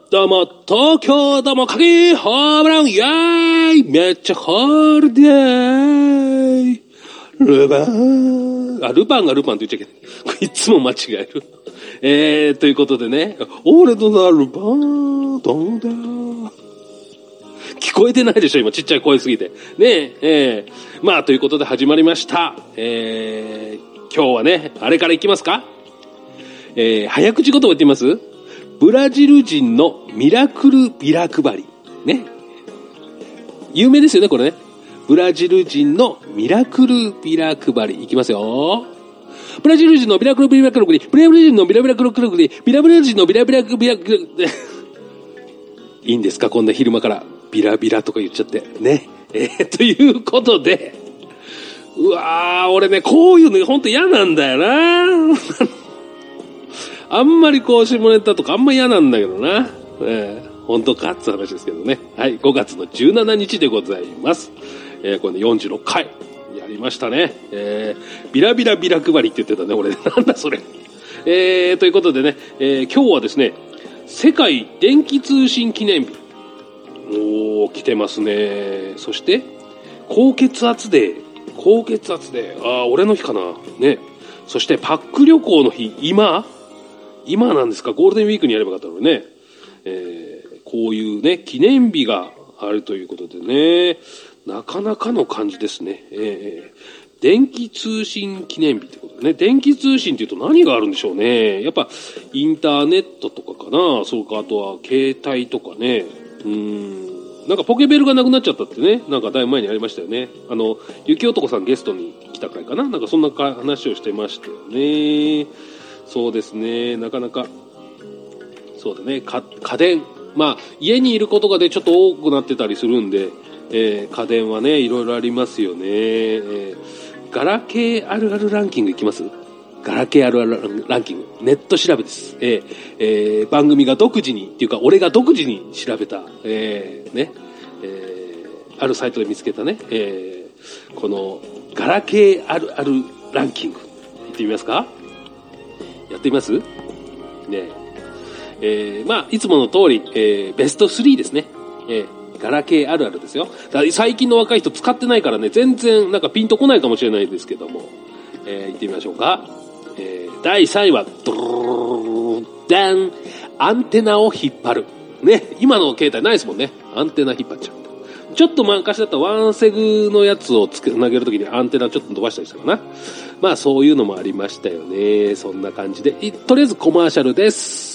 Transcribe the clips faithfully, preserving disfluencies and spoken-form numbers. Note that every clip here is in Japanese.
どうも、東京どうも、鍵ホームランイェーイめっちゃホールデールパンあ、ルパンがルパンって言っちゃいけない。いつも間違える。えー、ということでね、俺となルパン、どんだ聞こえてないでしょ今、ちっちゃい声すぎて。ねえ、えー、まあ、ということで始まりました。えー、今日はね、あれからいきますか？えー、早口言葉言ってみます？ブラジル人のミラクルビラ配り。ね。有名ですよね、これね。ブラジル人のミラクルビラ配り。いきますよ。ブラジル人のビラクルビラクルリ、ブラジル人のビラビラクルクルクリ、ビラブラ人のビラビラクビラクル、いいんですかこんな昼間からビラビラとか言っちゃって。ね。えー、ということで、うわー、俺ね、こういうのほんと嫌なんだよなあんまりこう下ネタとかあんま嫌なんだけどな。えー、本当かって話ですけどね。はい、ごがつのじゅうしちにちでございます。えー、これね、よんじゅうろっかいやりましたね。えー、ビラビラビラ配りって言ってたね、俺。なんだそれ。えー、ということでね、えー、今日はですね、世界電気通信記念日。おー、来てますね。そして、高血圧デー。高血圧デー。あー、俺の日かな。ね。そして、パック旅行の日。今今なんですか？ゴールデンウィークにやればよかったのね。えー、こういうね、記念日があるということでね、なかなかの感じですね。えー、電気通信記念日ってことでね、電気通信って言うと何があるんでしょうね。やっぱ、インターネットとかかな。そうか、あとは携帯とかね。うーん。なんかポケベルがなくなっちゃったってね、なんかだいぶ前にありましたよね。あの、雪男さんゲストに来た回かな。なんかそんな話をしてましたよね。そうですね、なかなか、そうだね、か家電、まあ、家にいることがね、ちょっと多くなってたりするんで、えー、家電はね、いろいろありますよね。えー、ガラケーあるあるランキングいきます？ガラケーあるあるランキング。ネット調べです。えーえー、番組が独自に、っていうか、俺が独自に調べた、えー、ね、えー、あるサイトで見つけたね、えー、この、ガラケーあるあるランキング。いってみますか？やってみますねえ。えー、まあ、いつもの通り、えー、ベストスリーですね。えー、ガラケーあるあるですよ。だ最近の若い人使ってないからね、全然なんかピンとこないかもしれないですけども、えー、行ってみましょうか。えー、だいさんいは、ドローダン、アンテナを引っ張る。ね、今の携帯ないですもんね。アンテナ引っ張っちゃう。ちょっと昔だったらワンセグのやつをつけ投げるときにアンテナちょっと伸ばしたりしたかな。まあそういうのもありましたよね。そんな感じで。とりあえずコマーシャルです。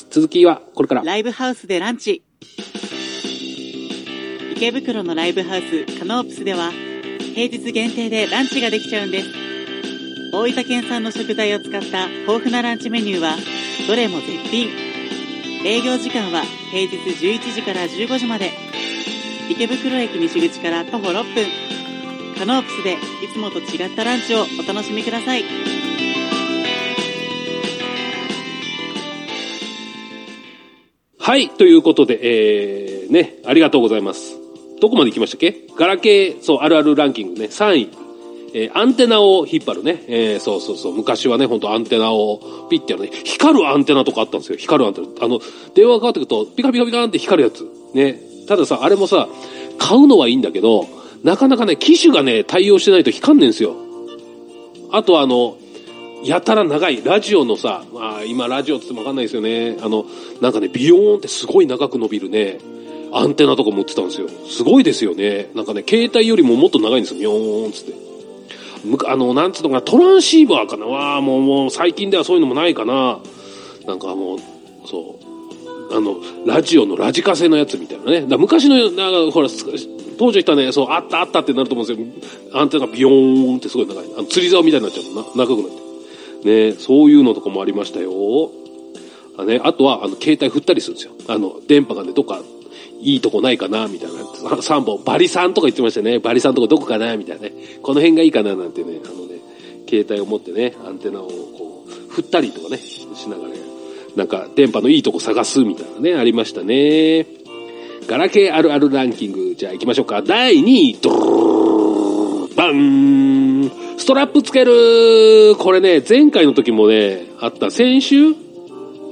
続きはこれから。 ライブハウスでランチ。池袋のライブハウスカノープスでは平日限定でランチができちゃうんです。大分県産の食材を使った豊富なランチメニューはどれも絶品。営業時間は平日じゅういちじからじゅうごじまで。池袋駅西口から徒歩ろっぷん。カノープスでいつもと違ったランチをお楽しみください。 はい、ということで、えー、ね、ありがとうございます。どこまで行きましたっけ？ガラケー、そう、あるあるランキングね、さんい。えー、アンテナを引っ張るね。えー、そうそうそう。昔はね、ほんとアンテナをピッてやるね。光るアンテナとかあったんですよ。光るアンテナ。あの、電話がかかってくると、ピカピカピカーンって光るやつ。ね。たださ、あれもさ、買うのはいいんだけど、なかなかね、機種がね、対応してないと光んねんすよ。あとあの、やたら長い、ラジオのさ、まあ今ラジオって言ってもわかんないですよね。あの、なんかね、ビヨーンってすごい長く伸びるね、アンテナとか持ってたんですよ。すごいですよね。なんかね、携帯よりももっと長いんですよ。ビヨーンつって。むか、あの、なんつうのかな、トランシーバーかな。わあ、もう、もう最近ではそういうのもないかな。なんかもう、そう。あの、ラジオのラジカセのやつみたいなね。だ昔の、なんか、ほら、当時言ったね、そう、あったあったってなると思うんですよ。アンテナがビヨーンってすごい長い。あの釣り竿みたいになっちゃうの。な、長くなって。ね、そういうのとかもありましたよ。あね、あとは、あの、携帯振ったりするんですよ。あの、電波がね、どっか、いいとこないかなみたいな。さんぼん、バリさんとか言ってましたね。バリさんとこどこかなみたいなね。この辺がいいかななんてね、あのね、携帯を持ってね、アンテナをこう、振ったりとかね、しながら、なんか、電波のいいとこ探すみたいなね、ありましたね。ガラケーあるあるランキング、じゃあ行きましょうか。だいにい、ドローバンストラップつけるこれね、前回の時もね、あった、先週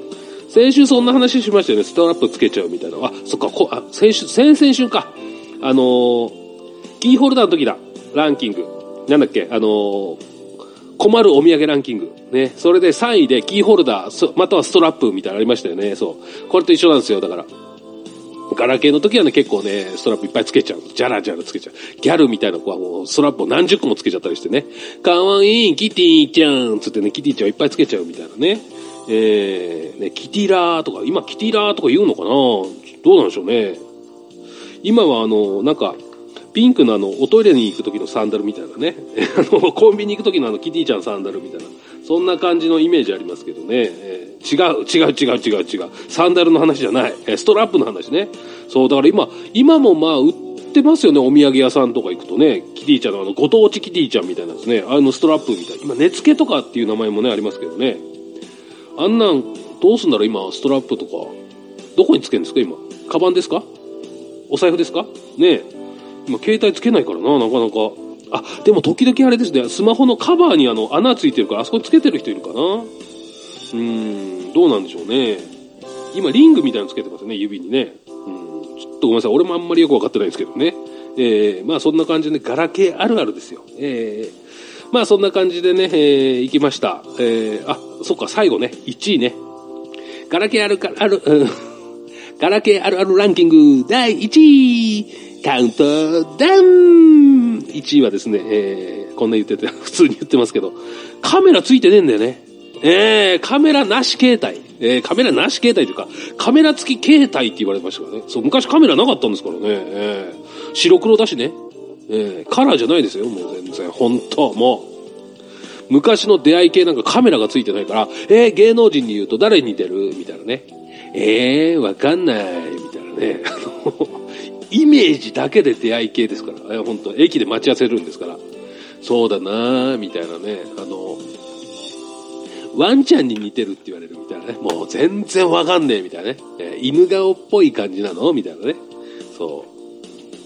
先週そんな話しましたよね。ストラップつけちゃうみたいな。あ、そっか、こあ先週、先々週か。あのー、キーホルダーの時だ。ランキング。なんだっけ、あのー、困るお土産ランキング。ね。それでさんいでキーホルダー、またはストラップみたいなのありましたよね。そう。これと一緒なんですよ。だから。ガラケーの時はね、結構ね、ストラップいっぱいつけちゃう。ジャラジャラつけちゃう。ギャルみたいな子はもう、ストラップを何十個もつけちゃったりしてね。かわいい、キティちゃんつってね、キティちゃんいっぱいつけちゃうみたいなね。えー、ね、キティラーとか、今キティラーとか言うのかな？どうなんでしょうね。今はあの、なんか、ピンクのあの、おトイレに行く時のサンダルみたいなね。あの、コンビニ行く時のあの、キティちゃんサンダルみたいな。そんな感じのイメージありますけどね。えー、違う、違う、違う、違う、違う。サンダルの話じゃない。えー、ストラップの話ね。そう、だから今、今もまあ、売ってますよね。お土産屋さんとか行くとね。キティちゃんのあの、ご当地キティちゃんみたいなですね。あのストラップみたいな。今、根付けとかっていう名前もね、ありますけどね。あんなん、どうすんだろう今、ストラップとか。どこにつけるんですか今。カバンですか？お財布ですか？ねえ。今、携帯つけないからな、なかなか。あ、でも時々あれですね。スマホのカバーにあの、穴ついてるから、あそこにつけてる人いるかな？うーん、どうなんでしょうね。今、リングみたいなのつけてますね、指にね。うん、ちょっとごめんなさい。俺もあんまりよくわかってないんですけどね。えー、まあそんな感じで、ね、ガラケーあるあるですよ。えー、まあそんな感じでね、えー、行きました。えー、あ、そっか、最後ね、いちいね。ガラケーあるか、ある、うん、ガラケーあるあるランキングだいいちい、カウントダウン !いち いはですね、えー、こんな言ってて、普通に言ってますけど、カメラついてねえんだよね。えー、カメラなし携帯。えー、カメラなし携帯というか、カメラ付き携帯って言われましたからね。そう、昔カメラなかったんですからね。えー、白黒だしね。えー、カラーじゃないですよ、もう全然。ほんと、もう。昔の出会い系なんかカメラがついてないから、えー、芸能人に言うと誰に似てるみたいなね。えー、わかんない。みたいなね。あの、イメージだけで出会い系ですから。えー、ほんと、駅で待ち合わせるんですから。そうだなー、みたいなね。あの、ワンちゃんに似てるって言われるみたいなね。もう全然わかんねえみたいなね。えー、犬顔っぽい感じなのみたいなね。そう。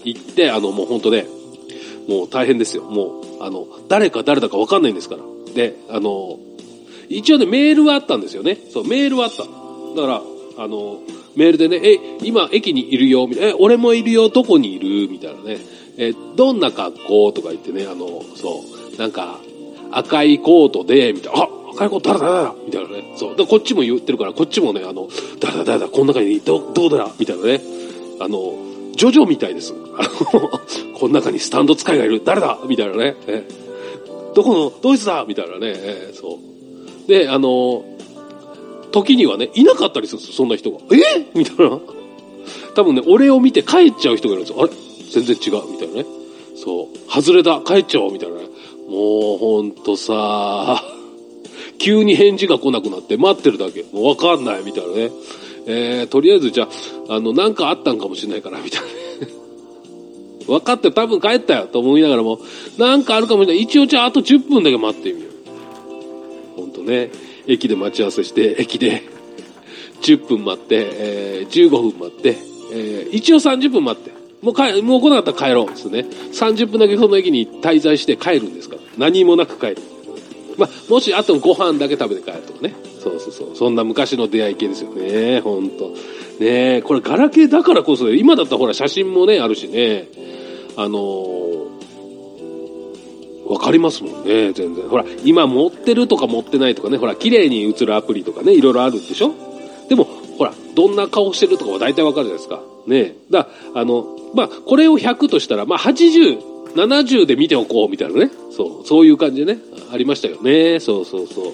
言って、あの、もうほんとね、もう大変ですよ。もう、あの、誰か誰だかわかんないんですから。で、あの、一応ね、メールはあったんですよね。そう、メールはあった。だから、あの、メールでね、え、今駅にいるよ、みたいな、え、俺もいるよ、どこにいるみたいなね。え、どんな格好とか言ってね、あの、そう、なんか、赤いコートで、みたいな、あ、赤いコート誰だ誰だみたいなね。そう。で、こっちも言ってるから、こっちもね、あの、誰だ誰だ、この中に、ど、どうだみたいなね。あの、ジョジョみたいです。あの、この中にスタンド使いがいる、誰だみたいなね。え、どこの、ドイツだみたいなね。え、そう。で、あの、時にはね、いなかったりするんですよ、そんな人が。えみたいな。多分ね、俺を見て帰っちゃう人がいるんですよ。あれ全然違うみたいなね。そう。外れだ帰っちゃおうみたいなね。もうほんとさ、急に返事が来なくなって待ってるだけ。もうわかんないみたいなね。えー、とりあえずじゃあ、あの、なんかあったんかもしれないから、みたいなね。分かって多分帰ったよと思いながらも、なんかあるかもしれない。一応じゃああとじゅっぷんだけ待ってみよう。ほんとね。駅で待ち合わせして、駅でじゅっぷん待って、えー、じゅうごふん待って、えー、一応さんじゅっぷん待って、もう帰、もう来なかったら帰ろうですね。さんじゅっぷんだけその駅に滞在して帰るんですから。何もなく帰る。まあ、もしあとご飯だけ食べて帰るとかね。そうそうそう。そんな昔の出会い系ですよね。ほんと。ねえ、これガラケーだからこそ、今だったらほら写真もね、あるしね。あのー、わかりますもんね、全然。ほら、今持ってるとか持ってないとかね、ほら、綺麗に映るアプリとかね、いろいろあるんでしょ？でも、ほら、どんな顔してるとかは大体わかるじゃないですか。ね。だあの、まあ、これをひゃくとしたら、まあ、はちじゅう、ななじゅうで見ておこうみたいなね。そう、そういう感じでね、ありましたよね。そうそうそう。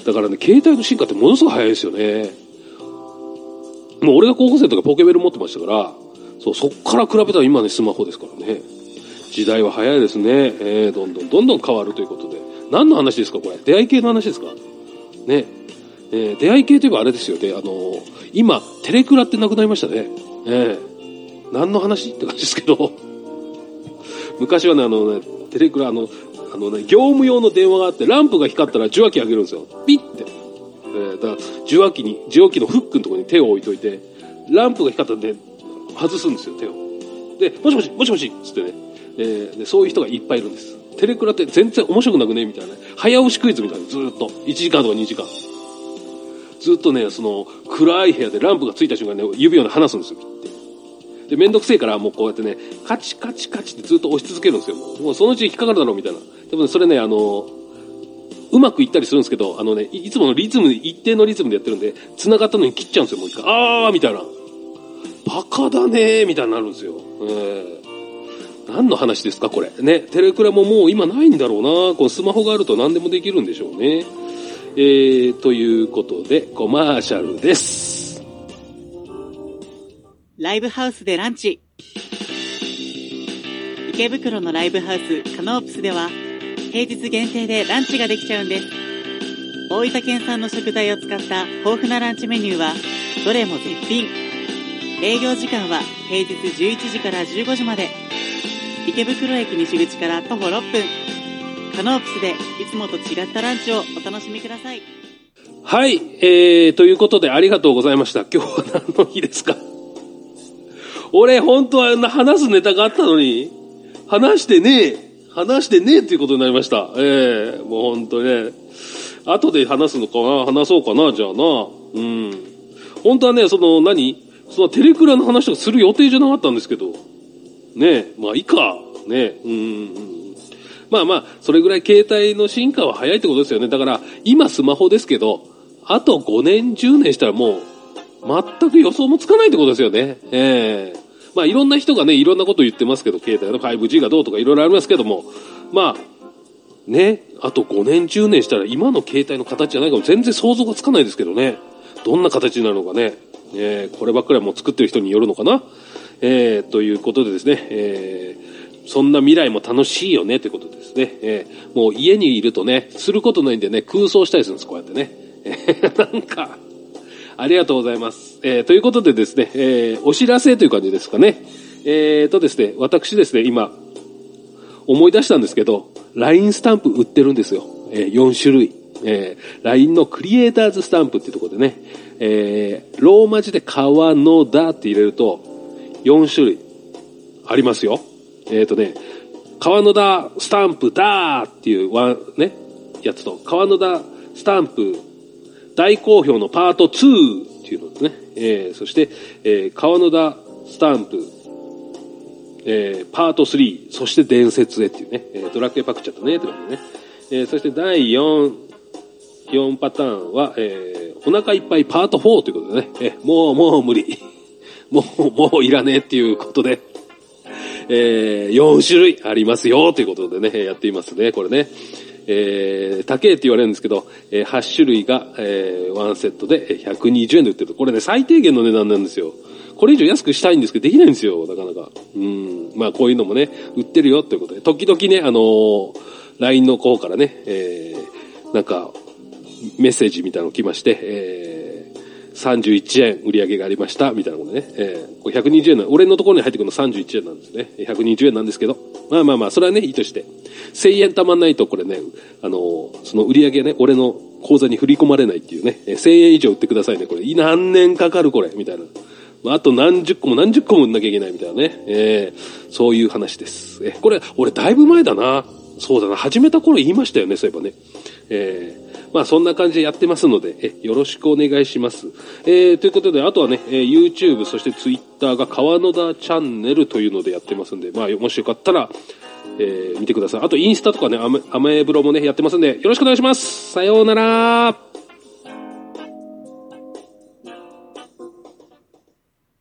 だからね、携帯の進化ってものすごく早いですよね。もう俺が高校生とかポケベル持ってましたから、そう、そっから比べたら今ね、スマホですからね。時代は早いですね。えー、どんどんどんどん変わるということで。何の話ですかこれ。出会い系の話ですかね。えー、出会い系といえばあれですよね。あのー、今、テレクラってなくなりましたね。えー、何の話って感じですけど。昔はね、あのね、テレクラ、あの、あのね、業務用の電話があって、ランプが光ったら受話器あげるんですよ。ピッて。えー、だから受話器に、受話器のフックのところに手を置いといて、ランプが光ったらね、外すんですよ、手を。で、もしもし、もしもしつってね。えー、でそういう人がいっぱいいるんです。テレクラって全然面白くなくねみたいなね。早押しクイズみたいなずーっといちじかんとかにじかん。 ずっとね、その、暗い部屋でランプがついた瞬間ね、指をね、離すんですよ、ピッて。で、めんどくせえから、もうこうやってね、カチカチカチってずっと押し続けるんですよ。もうそのうち引っかかるだろう、みたいな。でもね、それね、あの、うまくいったりするんですけど、あのね、いつものリズム、一定のリズムでやってるんで、繋がったのに切っちゃうんですよ、もう一回。あーみたいな。バカだねーみたいになるんですよ。えー、何の話ですか、これ。ね、テレクラももう今ないんだろうな。このスマホがあると何でもできるんでしょうね。えー、ということで、コマーシャルです。 ライブハウスでランチ。池袋のライブハウスカノープスでは、平日限定でランチができちゃうんです。大分県産の食材を使った豊富なランチメニューはどれも絶品。営業時間は平日じゅういちじからじゅうごじまで。池袋駅西口から徒歩ろっぷん。カノープスでいつもと違ったランチをお楽しみください。 はい、えー、ということでありがとうございました。今日は何の日ですか？俺本当は話すネタがあったのに話してねえ。話してねえっていうことになりました。ええー、もうほんとね。後で話すのかな、話そうかな、じゃあな。うん。本当はね、その何そのテレクラの話とかする予定じゃなかったんですけど。ねえ、まあいいか。ねえ。うん。まあまあ、それぐらい携帯の進化は早いってことですよね。だから、今スマホですけど、あとごねん、じゅうねんしたらもう、全く予想もつかないってことですよね。ええー。まあいろんな人がね、いろんなこと言ってますけど、携帯の ファイブジー がどうとかいろいろありますけども、まあ、ね、あとごねん、じゅうねんしたら今の携帯の形じゃないかも全然想像がつかないですけどね。どんな形になるのかね。えー、こればっかりはもう作ってる人によるのかな。えー、ということでですね、えー、そんな未来も楽しいよねということですね。えー、もう家にいるとね、することないんでね、空想したりするんです、こうやってね。えー、なんか、ありがとうございます。えー、ということでですね、えー、お知らせという感じですかね。えーとですね、私ですね、今、思い出したんですけど、ライン スタンプ売ってるんですよ。えー、よん種類。えー、ライン のクリエイターズスタンプっていうところでね、えー、ローマ字で川野田って入れると、よん種類ありますよ。えーとね、川野田スタンプだーっていうワン、ね、やつと、川野田スタンプ大好評のパートツーっていうのですね。えー、そして、えー、川野田スタンプ、えー、パートスリー、そして伝説へっていうね、えー、ドラクエパクっちゃったね、ってことでね。えー、そしてだいよん、よんパターンは、えー、お腹いっぱいパートフォーということでね、えー、もう、もう無理。もう、もういらねえっていうことで、えー、よん種類ありますよということでね、やっていますね、これね。えー、高えって言われるんですけど、えー、はち種類が、えー、ワンセットでひゃくにじゅうえんで売ってる。これね、最低限の値段なんですよ。これ以上安くしたいんですけど、できないんですよ、なかなか。うん。まあ、こういうのもね、売ってるよということで、時々ね、あのー、ライン の方からね、えー、なんか、メッセージみたいなの来まして、えー、さんじゅういちえん売り上げがありました、みたいなことね。えー、これひゃくにじゅうえんな、俺のところに入ってくるのさんじゅういちえんなんですね。ひゃくにじゅうえんなんですけど、まあまあまあ、それはね、いいとして。せんえんたまんないと、これね、あの、その売り上げね、俺の口座に振り込まれないっていうね、せんえん以上売ってくださいね、これ。何年かかる、これ、みたいな。あと何十個も何十個も売んなきゃいけないみたいなね。えー、そういう話です。え、これ、俺だいぶ前だな。そうだな。始めた頃言いましたよね、そういえばね。えー、まあそんな感じでやってますので、え、よろしくお願いします。えー、ということで、あとはね、えー、YouTube、そして Twitter が川野田チャンネルというのでやってますんで、まあもしよかったら、えー、見てください。あとインスタとかね、アメ、アメブロもね、やってますんで、よろしくお願いします。さようなら。